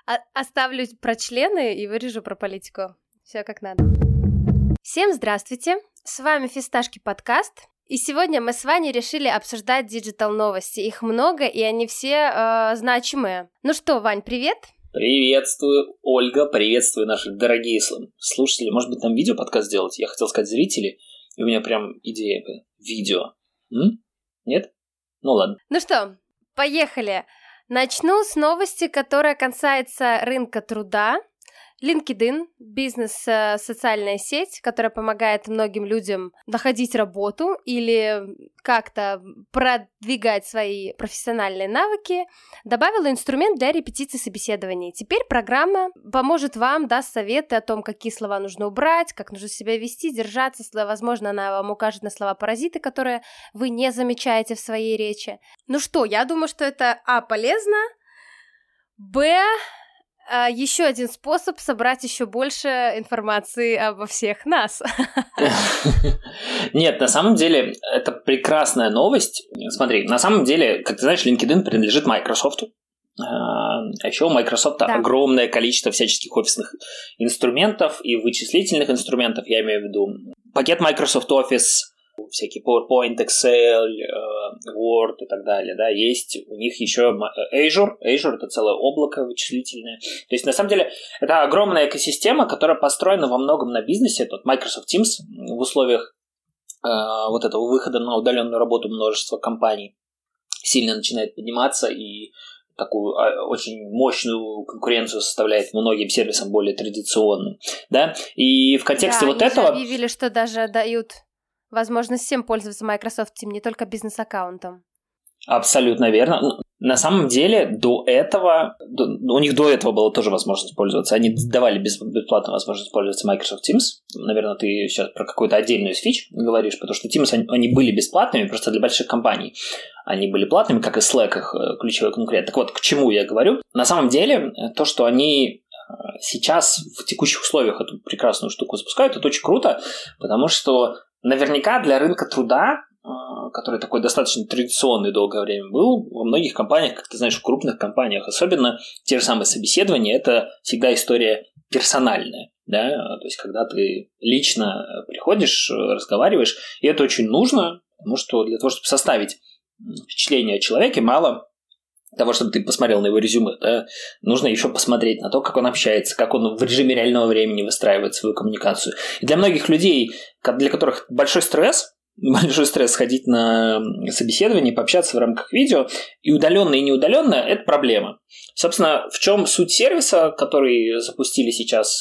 Оставлю про члены и вырежу про политику. Все как надо. Всем здравствуйте! С вами Фисташки подкаст. И сегодня мы с Ваней решили обсуждать диджитал-новости. Их много, и они все значимые. Ну что, Вань, привет! Приветствую, Ольга, приветствую наши дорогие слушатели. Может быть, нам видео-подкаст сделать? Я хотел сказать зрители, и у меня прям идея видео. Нет? Ну ладно. Ну что, поехали! Начну с новости, которая касается рынка труда. LinkedIn – бизнес-социальная сеть, которая помогает многим людям находить работу или как-то продвигать свои профессиональные навыки, добавила инструмент для репетиции собеседований. Теперь программа поможет вам, даст советы о том, какие слова нужно убрать, как нужно себя вести, держаться. Возможно, она вам укажет на слова-паразиты, которые вы не замечаете в своей речи. Ну что, я думаю, что это полезно, еще один способ собрать еще больше информации обо всех нас. Нет, на самом деле, это прекрасная новость. Смотри, на самом деле, как ты знаешь, LinkedIn принадлежит Microsoft. А еще у Microsoft огромное количество всяческих офисных инструментов и вычислительных инструментов, я имею в виду пакет Microsoft Office, всякие PowerPoint, Excel, Word и так далее, да, есть у них еще Azure это целое облако вычислительное, то есть на самом деле это огромная экосистема, которая построена во многом на бизнесе, это Microsoft Teams в условиях вот этого выхода на удаленную работу множества компаний сильно начинает подниматься и такую очень мощную конкуренцию составляет многим сервисам более традиционным, да, и в контексте вот этого... они объявили, что даже дают возможность всем пользоваться Microsoft Teams, не только бизнес-аккаунтом. Абсолютно верно. На самом деле, у них до этого была тоже возможность пользоваться. Они давали бесплатную возможность пользоваться Microsoft Teams. Наверное, ты сейчас про какую-то отдельную из фич говоришь, потому что Teams, они были бесплатными просто для больших компаний. Они были платными, как и Slack, их ключевой конкурент. Так вот, к чему я говорю? На самом деле, то, что они сейчас в текущих условиях эту прекрасную штуку запускают, это очень круто, потому что наверняка для рынка труда, который такой достаточно традиционный долгое время был, во многих компаниях, как ты знаешь, в крупных компаниях, особенно те же самые собеседования, это всегда история персональная, да, то есть когда ты лично приходишь, разговариваешь, и это очень нужно, потому что для того, чтобы составить впечатление о человеке, мало того, чтобы ты посмотрел на его резюме, да, нужно еще посмотреть на то, как он общается, как он в режиме реального времени выстраивает свою коммуникацию. И для многих людей, для которых большой стресс ходить на собеседование, пообщаться в рамках видео, и удаленно, и неудаленно – это проблема. Собственно, в чем суть сервиса, который запустили сейчас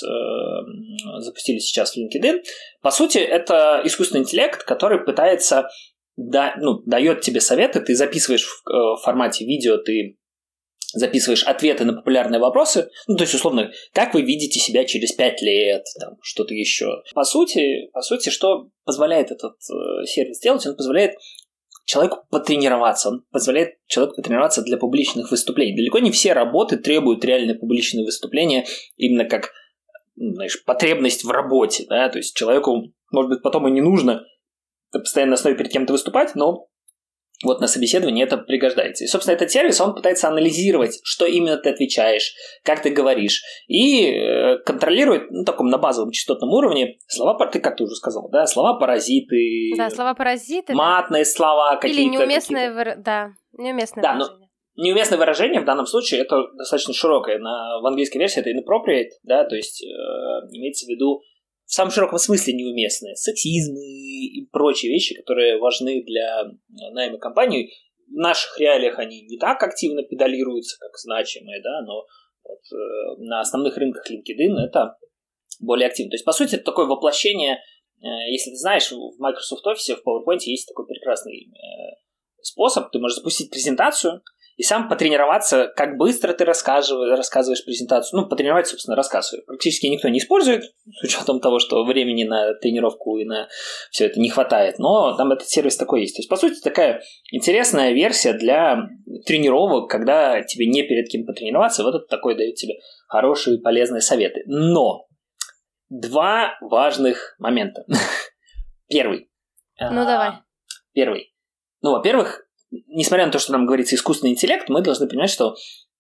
в LinkedIn? По сути, это искусственный интеллект, который пытается дает тебе советы, ты записываешь в формате видео, ты записываешь ответы на популярные вопросы, то есть, условно, как вы видите себя через 5 лет, там, что-то еще. По сути, что позволяет этот сервис делать? Он позволяет человеку потренироваться, для публичных выступлений. Далеко не все работы требуют реальные публичные выступления, именно как, потребность в работе, да, то есть человеку, может быть, потом и не нужно постоянно на основе перед кем-то выступать, но вот на собеседовании это пригождается. И, собственно, этот сервис, он пытается анализировать, что именно ты отвечаешь, как ты говоришь, и контролирует на базовом частотном уровне слова, ты как ты уже сказал, да, слова-паразиты, слова-паразиты, матные слова какие-то. Или неуместные выражения. Неуместное выражение в данном случае это достаточно широкое. В английской версии это inappropriate, да, то есть имеется в виду в самом широком смысле неуместные. Сексизмы и прочие вещи, которые важны для найма компании. В наших реалиях они не так активно педалируются, как значимые, да, но вот, на основных рынках LinkedIn это более активно. То есть, по сути, это такое воплощение, если ты знаешь, в Microsoft Office, в PowerPoint есть такой прекрасный способ. Ты можешь запустить презентацию, и сам потренироваться, как быстро ты рассказываешь презентацию. Потренировать, собственно, рассказ практически никто не использует, с учетом того, что времени на тренировку и на все это не хватает. Но там этот сервис такой есть. То есть, по сути, такая интересная версия для тренировок, когда тебе не перед кем потренироваться. Вот это такой дает тебе хорошие, полезные советы. Но два важных момента. Первый. Давай. Первый. Во-первых, несмотря на то, что нам говорится искусственный интеллект, мы должны понимать, что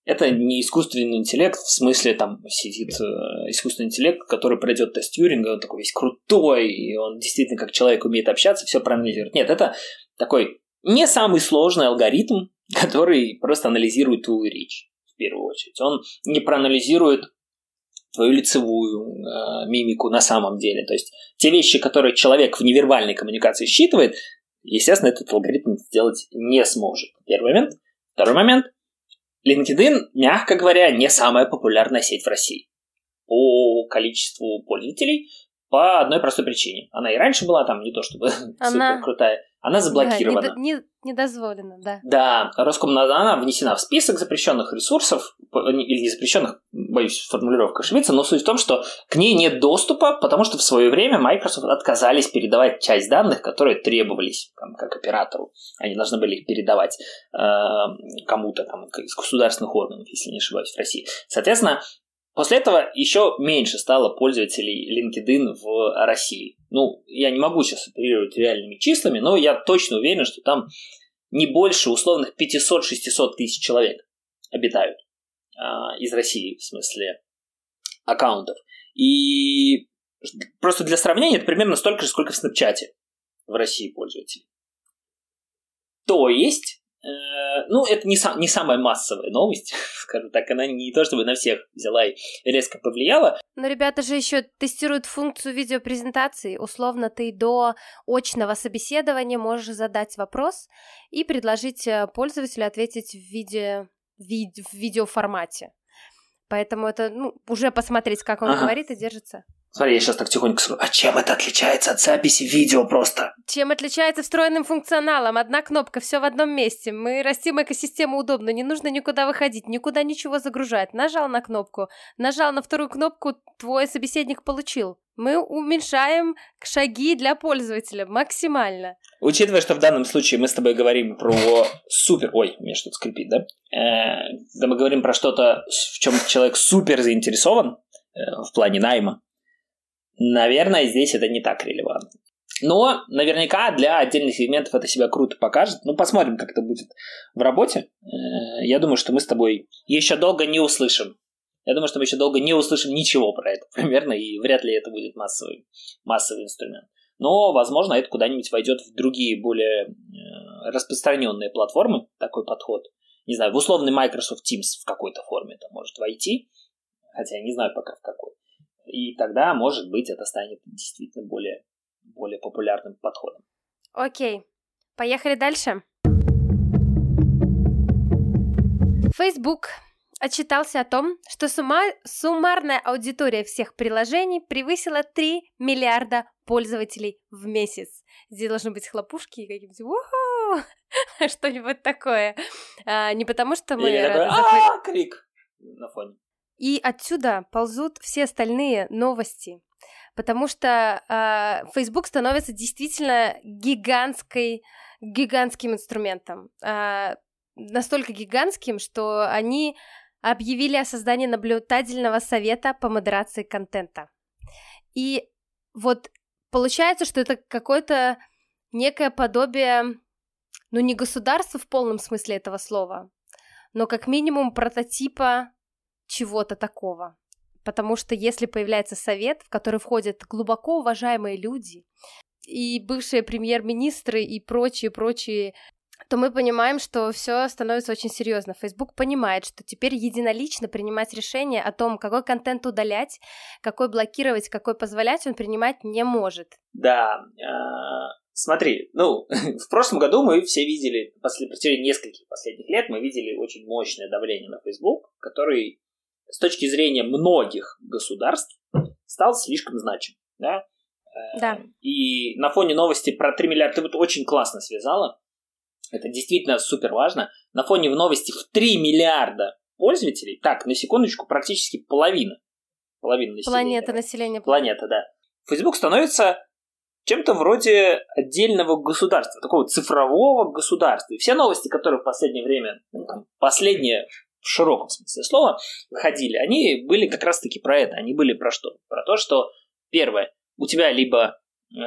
Это не искусственный интеллект, в смысле там сидит искусственный интеллект, который пройдет тест Тьюринга, он такой весь крутой, и он действительно как человек умеет общаться, все проанализирует. Нет, это такой не самый сложный алгоритм, который просто анализирует твою речь, в первую очередь. Он не проанализирует твою лицевую мимику на самом деле. То есть те вещи, которые человек в невербальной коммуникации считывает, естественно, этот алгоритм сделать не сможет. Первый момент. Второй момент. LinkedIn, мягко говоря, не самая популярная сеть в России по количеству пользователей по одной простой причине. Она и раньше была там не то чтобы супер крутая. Она заблокирована. Да, недозволена, да. Да, она внесена в список запрещенных ресурсов, или не запрещенных, боюсь, формулировка ошибиться, но суть в том, что к ней нет доступа, потому что в свое время Microsoft отказались передавать часть данных, которые требовались как оператору. Они должны были их передавать кому-то там из государственных органов, если не ошибаюсь, в России. Соответственно, после этого еще меньше стало пользователей LinkedIn в России. Ну, я не могу сейчас оперировать реальными числами, но я точно уверен, что там не больше условных 500-600 тысяч человек обитают из России, в смысле аккаунтов. И просто для сравнения, это примерно столько же, сколько в Снапчате в России пользователей. То есть... это не самая массовая новость, скажем так, она не то чтобы на всех взяла и резко повлияла. Но ребята же еще тестируют функцию видеопрезентации. Условно, ты до очного собеседования можешь задать вопрос и предложить пользователю ответить в видеоформате. Поэтому это уже посмотреть, как он говорит и держится. Смотри, я сейчас так тихонько скажу. А чем это отличается от записи видео просто? Чем отличается встроенным функционалом? Одна кнопка, все в одном месте. Мы растим экосистему удобно, не нужно никуда выходить, никуда ничего загружать. Нажал на кнопку, нажал на вторую кнопку, твой собеседник получил. Мы уменьшаем шаги для пользователя максимально. Учитывая, что в данном случае мы с тобой говорим про супер... Ой, меня что-то скрипит, да? Да, мы говорим про что-то, в чем человек супер заинтересован в плане найма. Наверное, здесь это не так релевантно. Но наверняка для отдельных сегментов это себя круто покажет. Посмотрим, как это будет в работе. Я думаю, что мы с тобой еще долго не услышим. Я думаю, что мы еще долго не услышим ничего про это примерно, и вряд ли это будет массовый инструмент. Но, возможно, это куда-нибудь войдет в другие, более распространенные платформы, такой подход. Не знаю, в условный Microsoft Teams в какой-то форме это может войти, хотя я не знаю пока в какой. И тогда, может быть, это станет действительно более популярным подходом. Окей, поехали дальше. Facebook отчитался о том, что суммарная аудитория всех приложений превысила 3 миллиарда пользователей в месяц. Здесь должны быть хлопушки и какие-нибудь «Уху!» что-нибудь такое. Не потому что мы рады за... крик на фоне. И отсюда ползут все остальные новости, потому что Facebook становится действительно гигантским инструментом. Настолько гигантским, что они объявили о создании наблюдательного совета по модерации контента. И вот получается, что это какое-то некое подобие, не государства в полном смысле этого слова, но как минимум прототипа чего-то такого. Потому что если появляется совет, в который входят глубоко уважаемые люди, и бывшие премьер-министры, и прочие, то мы понимаем, что все становится очень серьезно. Facebook понимает, что теперь единолично принимать решение о том, какой контент удалять, какой блокировать, какой позволять, он принимать не может. Да, смотри, в прошлом году мы все видели, в протяжении нескольких последних лет, мы видели очень мощное давление на Facebook, который с точки зрения многих государств стал слишком значим. Да? Да. И на фоне новости про 3 миллиарда, ты вот очень классно связала, это действительно супер важно, на фоне новости в 3 миллиарда пользователей, так, на секундочку, практически половина населения. Планета, да. Facebook становится чем-то вроде отдельного государства, такого цифрового государства. И все новости, которые в последнее время, последние в широком смысле слова, выходили, они были как раз-таки про это. Они были про что? Про то, что, первое, у тебя либо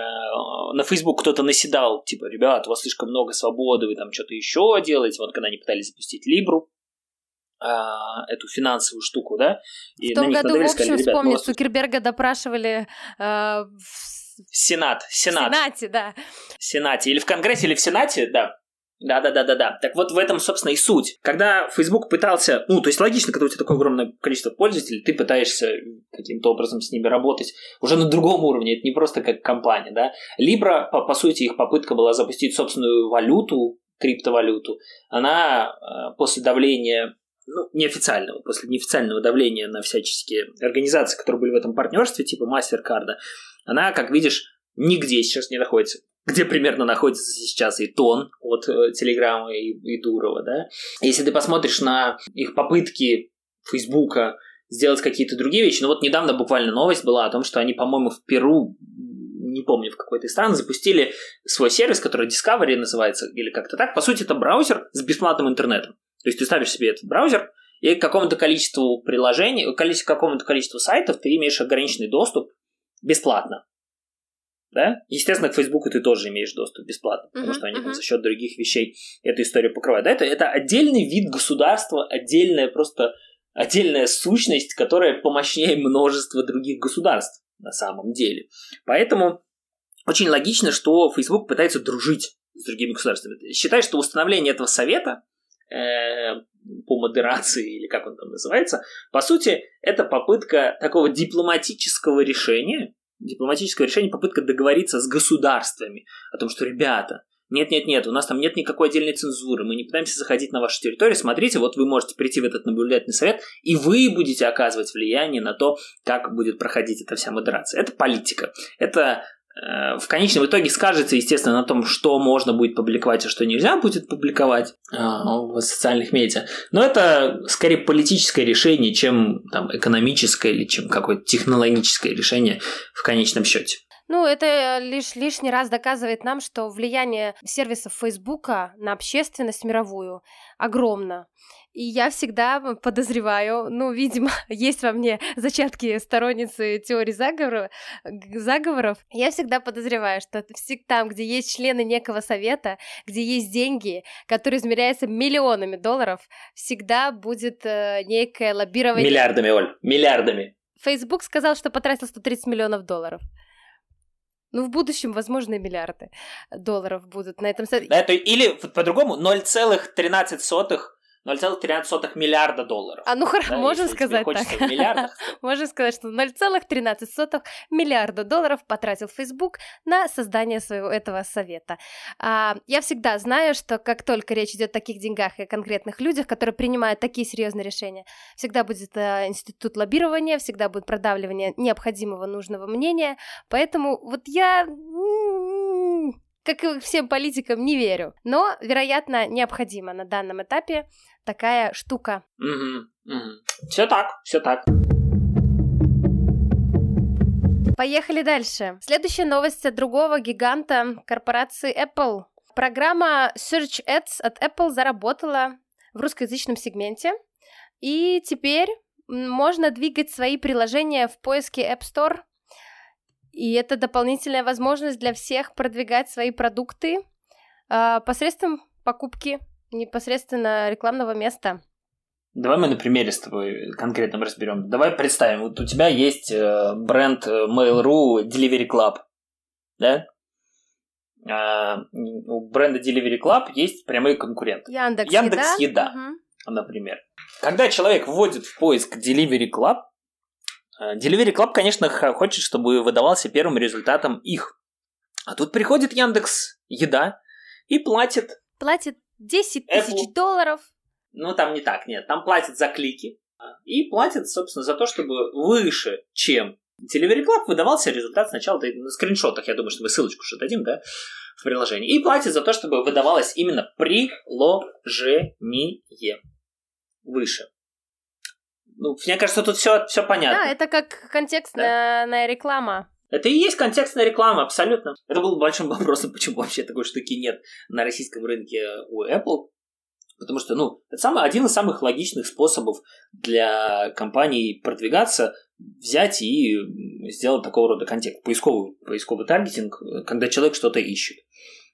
на Facebook кто-то наседал, типа, ребят, у вас слишком много свободы, вы там что-то еще делаете. Вот когда они пытались запустить Libru, эту финансовую штуку, да? И в том году, в общем, вспомни, Цукерберга допрашивали в Сенат. В Сенате, да. В Сенате. Или в Конгрессе, или в Сенате, да. Да. Так вот в этом, собственно, и суть. Когда Facebook пытался... то есть логично, когда у тебя такое огромное количество пользователей, ты пытаешься каким-то образом с ними работать уже на другом уровне. Это не просто как компания, да. Libra, по сути, их попытка была запустить собственную валюту, криптовалюту. Она после давления... неофициального, после неофициального давления на всяческие организации, которые были в этом партнерстве, типа MasterCard, она, как видишь, нигде сейчас не находится. Где примерно находится сейчас и Тон от Телеграма и Дурова, да? Если ты посмотришь на их попытки Фейсбука сделать какие-то другие вещи, недавно буквально новость была о том, что они, по-моему, в Перу, не помню, в какой-то из стран, запустили свой сервис, который Discovery называется, или как-то так. По сути, это браузер с бесплатным интернетом. То есть ты ставишь себе этот браузер, и к какому-то количеству приложений, к какому-то количеству сайтов ты имеешь ограниченный доступ бесплатно. Да? Естественно, к Фейсбуку ты тоже имеешь доступ бесплатно, потому что они за счет других вещей эту историю покрывают. Да? Это отдельный вид государства, отдельная сущность, которая помощнее множества других государств на самом деле. Поэтому очень логично, что Facebook пытается дружить с другими государствами. Считай, что установление этого совета по модерации, или как он там называется, по сути, это попытка такого дипломатического решения, попытка договориться с государствами о том, что, ребята, нет, у нас там нет никакой отдельной цензуры, мы не пытаемся заходить на вашу территорию, смотрите, вот вы можете прийти в этот наблюдательный совет, и вы будете оказывать влияние на то, как будет проходить эта вся модерация. Это политика, это в конечном итоге скажется, естественно, на том, что можно будет публиковать, а что нельзя будет публиковать в социальных медиа. Но это скорее политическое решение, чем экономическое или чем какое-то технологическое решение в конечном счете. Это лишний раз доказывает нам, что влияние сервисов Фейсбука на общественность мировую огромно. И я всегда подозреваю, видимо, есть во мне зачатки сторонницы теории заговоров, я всегда подозреваю, что там, где есть члены некого совета, где есть деньги, которые измеряются миллионами долларов, всегда будет некое лоббирование... Миллиардами, Оль, миллиардами. Facebook сказал, что потратил $130 миллионов. В будущем, возможно, и миллиарды долларов будут на этом совете. Или, по-другому, 0,13 миллиарда долларов. Хорошо, можем сказать так. Можно сказать, что 0,13 миллиарда долларов потратил Facebook на создание своего этого совета. Я всегда знаю, что как только речь идет о таких деньгах и о конкретных людях, которые принимают такие серьезные решения, всегда будет институт лоббирования, всегда будет продавливание необходимого нужного мнения, поэтому я... как и всем политикам, не верю. Но, вероятно, необходима на данном этапе такая штука. Все так. Поехали дальше. Следующая новость от другого гиганта корпорации Apple. Программа Search Ads от Apple заработала в русскоязычном сегменте. И теперь можно двигать свои приложения в поиске App Store. И это дополнительная возможность для всех продвигать свои продукты посредством покупки непосредственно рекламного места. Давай мы на примере с тобой конкретно разберем. Давай представим, вот у тебя есть бренд Mail.ru Delivery Club, да? У бренда Delivery Club есть прямые конкуренты. Яндекс.Еда, например. Когда человек вводит в поиск Delivery Club, конечно, хочет, чтобы выдавался первым результатом их. А тут приходит Яндекс.Еда и платит. Платит $10 000. Там не так, нет. Там платят за клики. И платят, собственно, за то, чтобы выше, чем Delivery Club, выдавался результат сначала на скриншотах. Я думаю, что мы ссылочку уже дадим, да, в приложении. И платят за то, чтобы выдавалось именно приложение выше. Мне кажется, тут все понятно. Да, это как контекстная реклама. Это и есть контекстная реклама, абсолютно. Это был большим вопросом, почему вообще такой штуки нет на российском рынке у Apple. Потому что, это один из самых логичных способов для компаний продвигаться, взять и сделать такого рода контекст. Поисковый таргетинг, когда человек что-то ищет.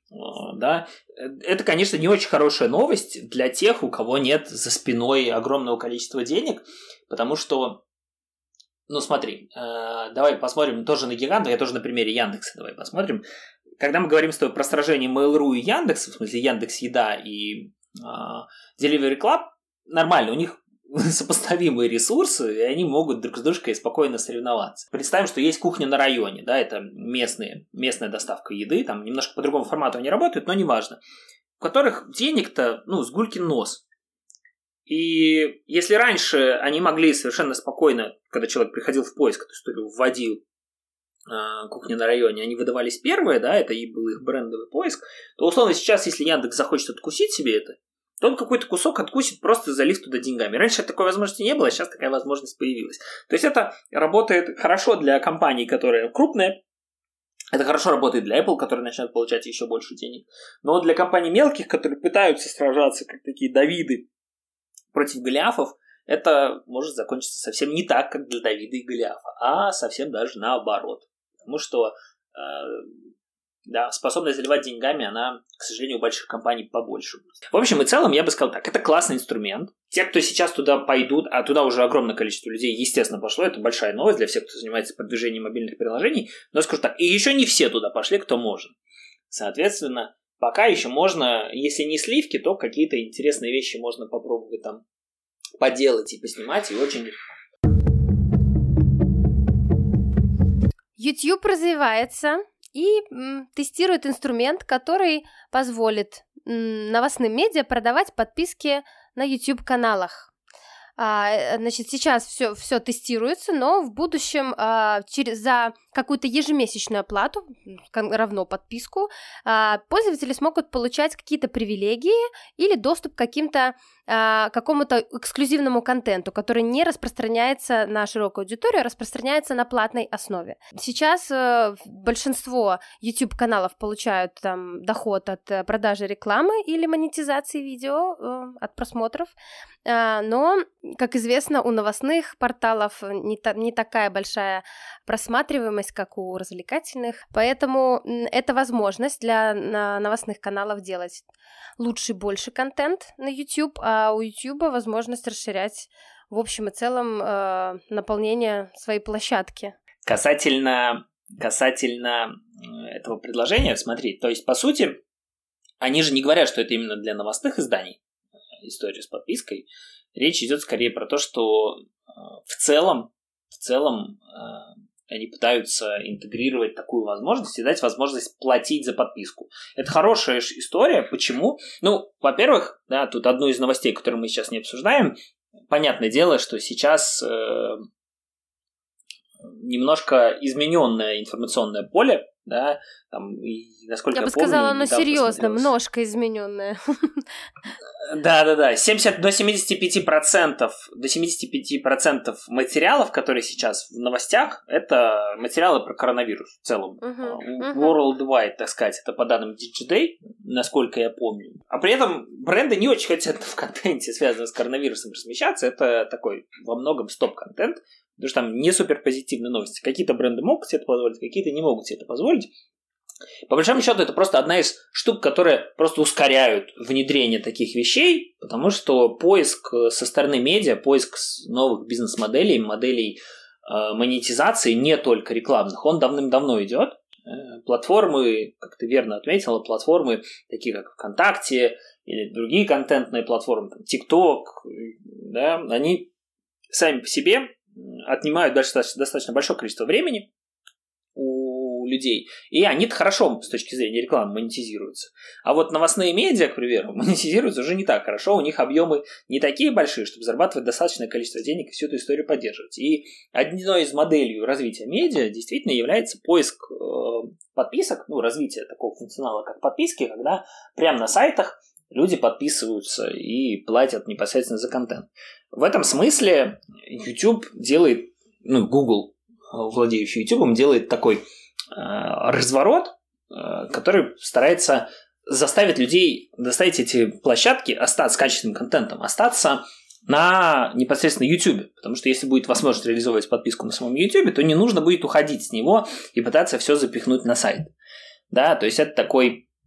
да, это, конечно, не очень хорошая новость для тех, у кого нет за спиной огромного количества денег, потому что, ну смотри, давай посмотрим тоже на гигантов, я тоже на примере Яндекса давай посмотрим. Когда мы говорим с тобой про сражение Mail.ru и Яндекса, в смысле Яндекс.Еда и Delivery Club, нормально, у них сопоставимые ресурсы, и они могут друг с дружкой спокойно соревноваться. Представим, что есть кухня на районе, да, это местная доставка еды, там немножко по другому формату они работают, но неважно, у которых денег-то, с гулькин нос. И если раньше они могли совершенно спокойно, когда человек приходил в поиск, эту историю вводил, кухня на районе, они выдавались первые, да, это и был их брендовый поиск, то условно сейчас, если Яндекс захочет откусить себе это, то он какой-то кусок откусит, просто залив туда деньгами. Раньше такой возможности не было, а сейчас такая возможность появилась. То есть это работает хорошо для компаний, которые крупные, это хорошо работает для Apple, которые начинают получать еще больше денег, но для компаний мелких, которые пытаются сражаться, как такие Давиды против Голиафов, это может закончиться совсем не так, как для Давида и Голиафа, а совсем даже наоборот. Потому что способность заливать деньгами, она, к сожалению, у больших компаний побольше будет. В общем и целом, я бы сказал так, это классный инструмент. Те, кто сейчас туда пойдут, а туда уже огромное количество людей, естественно, пошло, это большая новость для всех, кто занимается продвижением мобильных приложений, но скажу так, и еще не все туда пошли, кто может. Соответственно, пока еще можно, если не сливки, то какие-то интересные вещи можно попробовать там поделать и поснимать, и очень... YouTube развивается и тестирует инструмент, который позволит новостным медиа продавать подписки на YouTube-каналах. Значит, сейчас все тестируется, но в будущем за какую-то ежемесячную оплату, равно подписку, пользователи смогут получать какие-то привилегии или доступ к какому-то эксклюзивному контенту, который не распространяется на широкую аудиторию, а распространяется на платной основе. Сейчас большинство YouTube-каналов получают там доход от продажи рекламы или монетизации видео, от просмотров, но, как известно, у новостных порталов не такая большая просматриваемость, как у развлекательных, поэтому это возможность для новостных каналов делать лучше и больше контент на YouTube, а у YouTube возможность расширять в общем и целом наполнение своей площадки. Касательно этого предложения, смотри, то есть, по сути, они же не говорят, что это именно для новостных изданий, история с подпиской. Речь идет скорее про то, что в целом они пытаются интегрировать такую возможность и дать возможность платить за подписку. Это хорошая история. Почему? Во-первых, да, тут одну из новостей, которую мы сейчас не обсуждаем. Понятное дело, что сейчас немножко измененное информационное поле, да, там, и, насколько я бы помню, сказала, оно серьезно, немножко измененное. Да. До 75% материалов, которые сейчас в новостях, это материалы про коронавирус в целом. Worldwide, так сказать, это по данным Digiday, насколько я помню. А при этом бренды не очень хотят в контенте, связанном с коронавирусом, размещаться. Это такой во многом стоп-контент, потому что там не супер позитивные новости. Какие-то бренды могут себе это позволить, какие-то не могут себе это позволить. По большому счету, это просто одна из штук, которые просто ускоряют внедрение таких вещей, потому что поиск со стороны медиа, поиск новых бизнес-моделей, моделей монетизации, не только рекламных, он давным-давно идет. Платформы, как ты верно отметила, платформы, такие как ВКонтакте или другие контентные платформы, там, TikTok, да, они сами по себе отнимают достаточно большое количество времени у людей, и они хорошо с точки зрения рекламы монетизируются. А вот новостные медиа, к примеру, монетизируются уже не так хорошо, у них объемы не такие большие, чтобы зарабатывать достаточное количество денег и всю эту историю поддерживать. И одной из моделей развития медиа действительно является поиск подписок, развитие такого функционала, как подписки, когда прямо на сайтах люди подписываются и платят непосредственно за контент. В этом смысле YouTube делает, Google, владеющий YouTube, делает такой разворот, который старается заставить людей доставить эти площадки, остаться с качественным контентом, остаться на непосредственно YouTube. Потому что если будет возможность реализовывать подписку на самом YouTube, то не нужно будет уходить с него и пытаться все запихнуть на сайт. Да, то есть это такой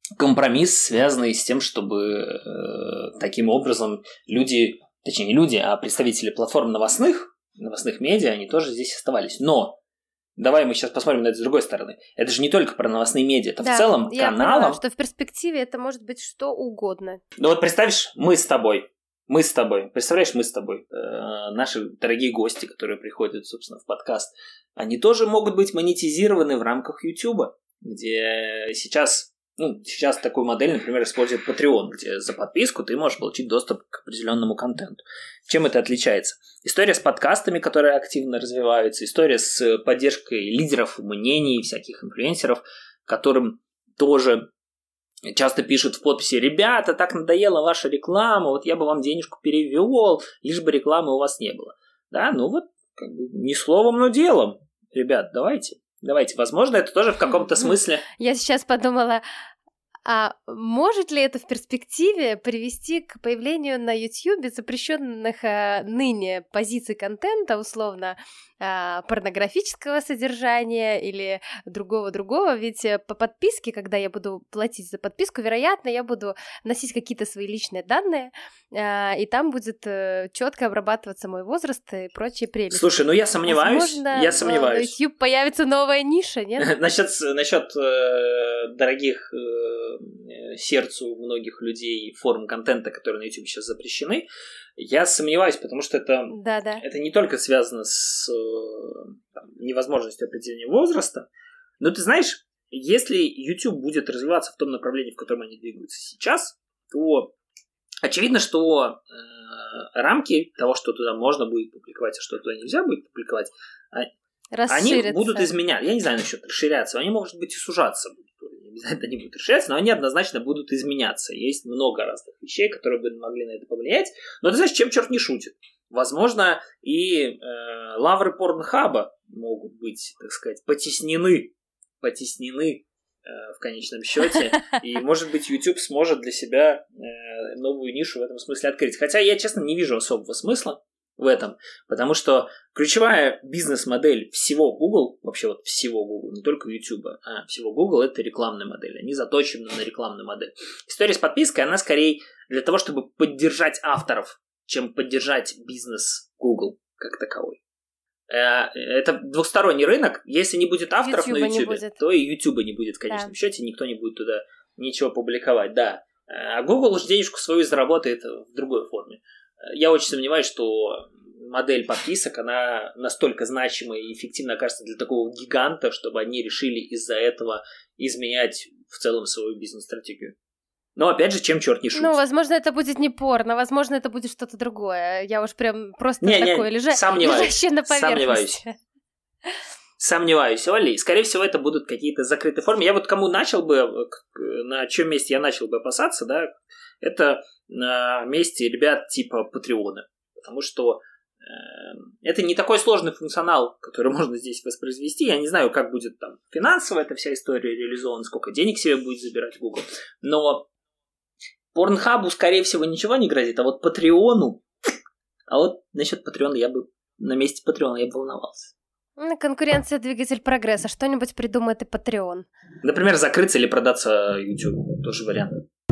компромисс, связанный с тем, чтобы таким образом люди, точнее не люди, а представители платформ новостных медиа, они тоже здесь оставались. Но давай мы сейчас посмотрим на это с другой стороны. Это же не только про новостные медиа, это в целом я каналам... поняла, что в перспективе это может быть что угодно. Ну вот представишь, мы с тобой, представляешь, мы с тобой, наши дорогие гости, которые приходят, собственно, в подкаст, они тоже могут быть монетизированы в рамках YouTube, где сейчас такую модель, например, использует Patreon, где за подписку ты можешь получить доступ к определенному контенту. Чем это отличается? История с подкастами, которые активно развиваются, история с поддержкой лидеров мнений, всяких инфлюенсеров, которым тоже часто пишут в подписи: ребята, так надоела ваша реклама, вот я бы вам денежку перевел, лишь бы рекламы у вас не было. Да, ну вот, как бы, не словом, но делом. Ребят, давайте. Возможно, это тоже в каком-то смысле... Я сейчас подумала, а может ли это в перспективе привести к появлению на YouTube запрещенных ныне позиций контента, условно, порнографического содержания или другого? Ведь по подписке, когда я буду платить за подписку, вероятно, я буду вносить какие-то свои личные данные, и там будет четко обрабатываться мой возраст и прочие прелести. Слушай, я сомневаюсь. Возможно, на YouTube появится новая ниша, нет? Насчет дорогих сердцу многих людей форм контента, которые на YouTube сейчас запрещены, я сомневаюсь, потому что это не только связано с невозможностью определения возраста, но ты знаешь, если YouTube будет развиваться в том направлении, в котором они двигаются сейчас, то очевидно, что рамки того, что туда можно будет публиковать, а что туда нельзя будет публиковать, они будут изменяться. Я не знаю насчет расширяться, они, может быть, и сужаться будут. Не обязательно они будут расширяться, но они однозначно будут изменяться. Есть много разных вещей, которые бы могли на это повлиять. Но ты знаешь, чем черт не шутит? Возможно, и лавры порнхаба могут быть, так сказать, потеснены в конечном счете. И, может быть, YouTube сможет для себя новую нишу в этом смысле открыть. Хотя я, честно, не вижу особого смысла в этом, потому что ключевая бизнес-модель всего Google, вообще вот всего Google, не только YouTube, а всего Google, это рекламная модель. Они заточены на рекламную модель. История с подпиской, она скорее для того, чтобы поддержать авторов, чем поддержать бизнес Google как таковой. Это двухсторонний рынок. Если не будет авторов на YouTube, то и YouTube не будет в конечном счете, никто не будет туда ничего публиковать. Да. А Google уж денежку свою заработает в другой форме. Я очень сомневаюсь, что модель подписок, она настолько значимая и эффективна окажется для такого гиганта, чтобы они решили из-за этого изменять в целом свою бизнес-стратегию. Но опять же, чем черт не шутит. Возможно, это будет не порно, возможно, это будет что-то другое. Я уж прям просто такое лежащее на поверхности. Сомневаюсь, Оля. И, скорее всего, это будут какие-то закрытые формы. Я вот кому начал бы, на чем месте я начал бы опасаться, да, это на месте ребят типа Патреона. Потому что это не такой сложный функционал, который можно здесь воспроизвести. Я не знаю, как будет там финансово эта вся история реализована, сколько денег себе будет забирать Google. Но Порнхабу, скорее всего, ничего не грозит. А вот Патреону... А вот насчет Патреона на месте Патреона я бы волновался. Конкуренция — двигатель прогресса. Что-нибудь придумает и Patreon. Например, закрыться или продаться YouTube. Тоже вариант.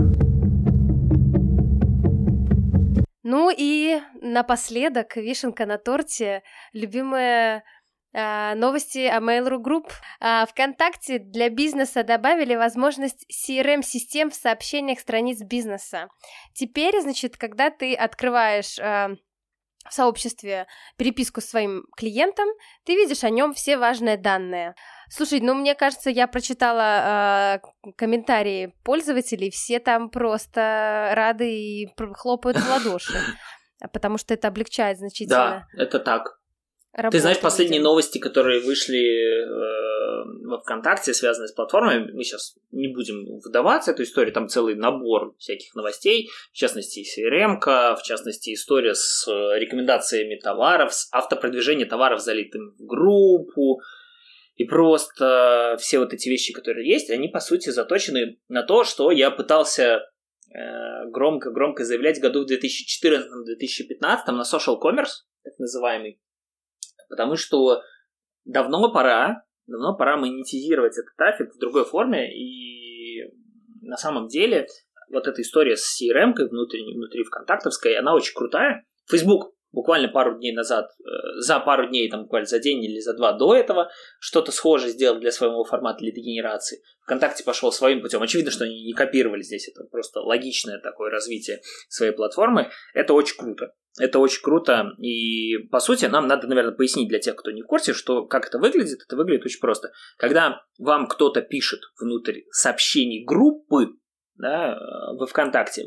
Ну и напоследок, вишенка на торте, любимые новости о Mail.ru Group. ВКонтакте для бизнеса добавили возможность CRM-систем в сообщениях страниц бизнеса. Теперь, значит, когда ты открываешь в сообществе переписку с своим клиентом, ты видишь о нем все важные данные. Слушай, мне кажется, я прочитала комментарии пользователей, все там просто рады и хлопают в ладоши, потому что это облегчает значительно. Да, это так. Ты знаешь, последние новости, которые вышли во ВКонтакте, связанные с платформой, мы сейчас не будем вдаваться в эту историю, там целый набор всяких новостей, в частности, CRM-ка, в частности, история с рекомендациями товаров, с автопродвижением товаров, залитым в группу, и просто все вот эти вещи, которые есть, они, по сути, заточены на то, что я пытался громко заявлять в году в 2014-2015 на social commerce, так называемый, потому что давно пора монетизировать этот трафик в другой форме, и на самом деле вот эта история с CRM-кой внутри ВКонтактовской, она очень крутая. Facebook буквально пару дней назад, за пару дней, там буквально за день или за два до этого, что-то схожее сделал для своего формата лидогенерации. ВКонтакте пошел своим путем. Очевидно, что они не копировали здесь, это просто логичное такое развитие своей платформы. Это очень круто. Это очень круто, и, по сути, нам надо, наверное, пояснить для тех, кто не в курсе, что как это выглядит очень просто. Когда вам кто-то пишет внутрь сообщений группы, да, во ВКонтакте,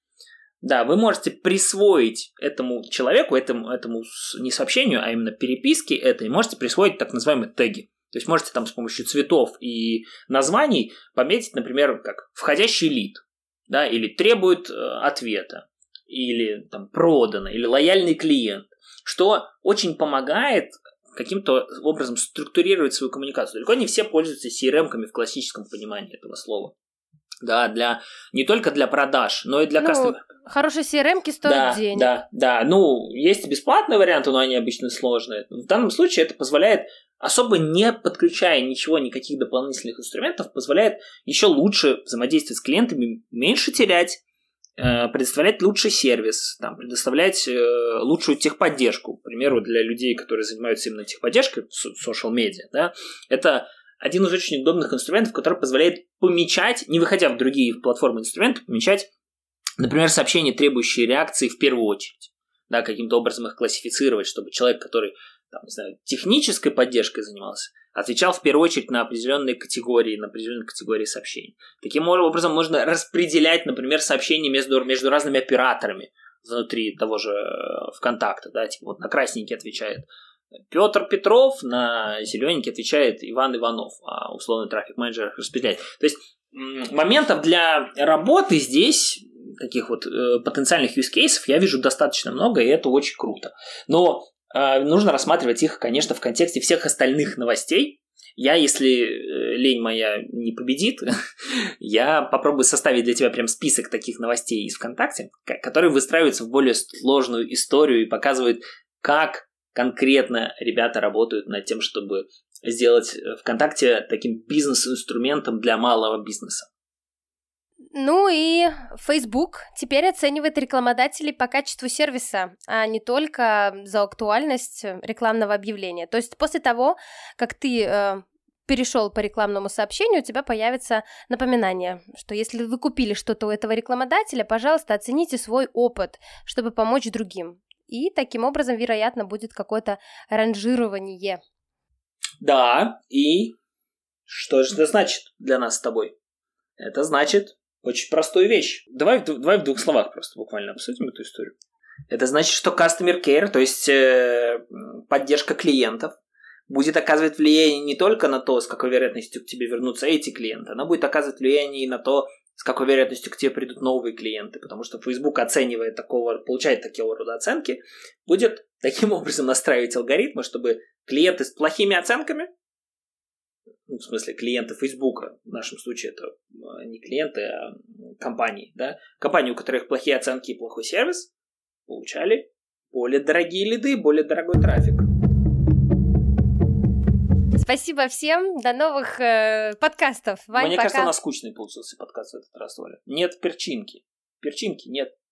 вы можете присвоить этому человеку, этому не сообщению, а именно переписке этой, можете присвоить так называемые теги. То есть можете там с помощью цветов и названий пометить, например, как «входящий лид», да, или «требует ответа», или там «продано», или «лояльный клиент», что очень помогает каким-то образом структурировать свою коммуникацию. Далеко не все пользуются CRM-ками в классическом понимании этого слова. Да, не только для продаж, но и для кастомера. Хорошие CRM-ки стоят денег. Да. Есть и бесплатные варианты, но они обычно сложные. В данном случае это позволяет, особо не подключая никаких дополнительных инструментов, позволяет еще лучше взаимодействовать с клиентами, меньше терять, предоставлять лучший сервис, предоставлять лучшую техподдержку. К примеру, для людей, которые занимаются именно техподдержкой в social media, да, это один из очень удобных инструментов, который позволяет помечать, не выходя в другие платформы инструменты, помечать, например, сообщения, требующие реакции в первую очередь. Да, каким-то образом их классифицировать, чтобы человек, который технической поддержкой занимался, отвечал в первую очередь на определенные категории сообщений. Таким образом можно распределять, например, сообщения между разными операторами внутри того же ВКонтакта. Да, на красненький отвечает Петр Петров, на зелененький отвечает Иван Иванов, а условный трафик-менеджер распределяет. То есть моментов для работы здесь, таких потенциальных use cases, я вижу достаточно много, и это очень круто. Но нужно рассматривать их, конечно, в контексте всех остальных новостей. Если лень моя не победит, я попробую составить для тебя прям список таких новостей из ВКонтакте, которые выстраиваются в более сложную историю и показывают, как конкретно ребята работают над тем, чтобы сделать ВКонтакте таким бизнес-инструментом для малого бизнеса. Ну и Facebook теперь оценивает рекламодателей по качеству сервиса, а не только за актуальность рекламного объявления. То есть после того, как ты перешел по рекламному сообщению, у тебя появится напоминание, что если вы купили что-то у этого рекламодателя, пожалуйста, оцените свой опыт, чтобы помочь другим. И таким образом, вероятно, будет какое-то ранжирование. Да, и что же это значит для нас с тобой? Это значит очень простую вещь. Давай в двух словах просто буквально обсудим эту историю. Это значит, что Customer Care, то есть поддержка клиентов, будет оказывать влияние не только на то, с какой вероятностью к тебе вернутся эти клиенты, она будет оказывать влияние и на то, с какой вероятностью к тебе придут новые клиенты, потому что Facebook получает такого рода оценки, будет таким образом настраивать алгоритмы, чтобы клиенты с плохими оценками, в смысле клиенты Facebook, в нашем случае это не клиенты, а компании, да, компании, у которых плохие оценки и плохой сервис, получали более дорогие лиды, более дорогой трафик. Спасибо всем, до новых подкастов. Вань, Мне пока. кажется, у нас скучный получился подкаст в этот раз, Оля. Нет перчинки. Перчинки нет.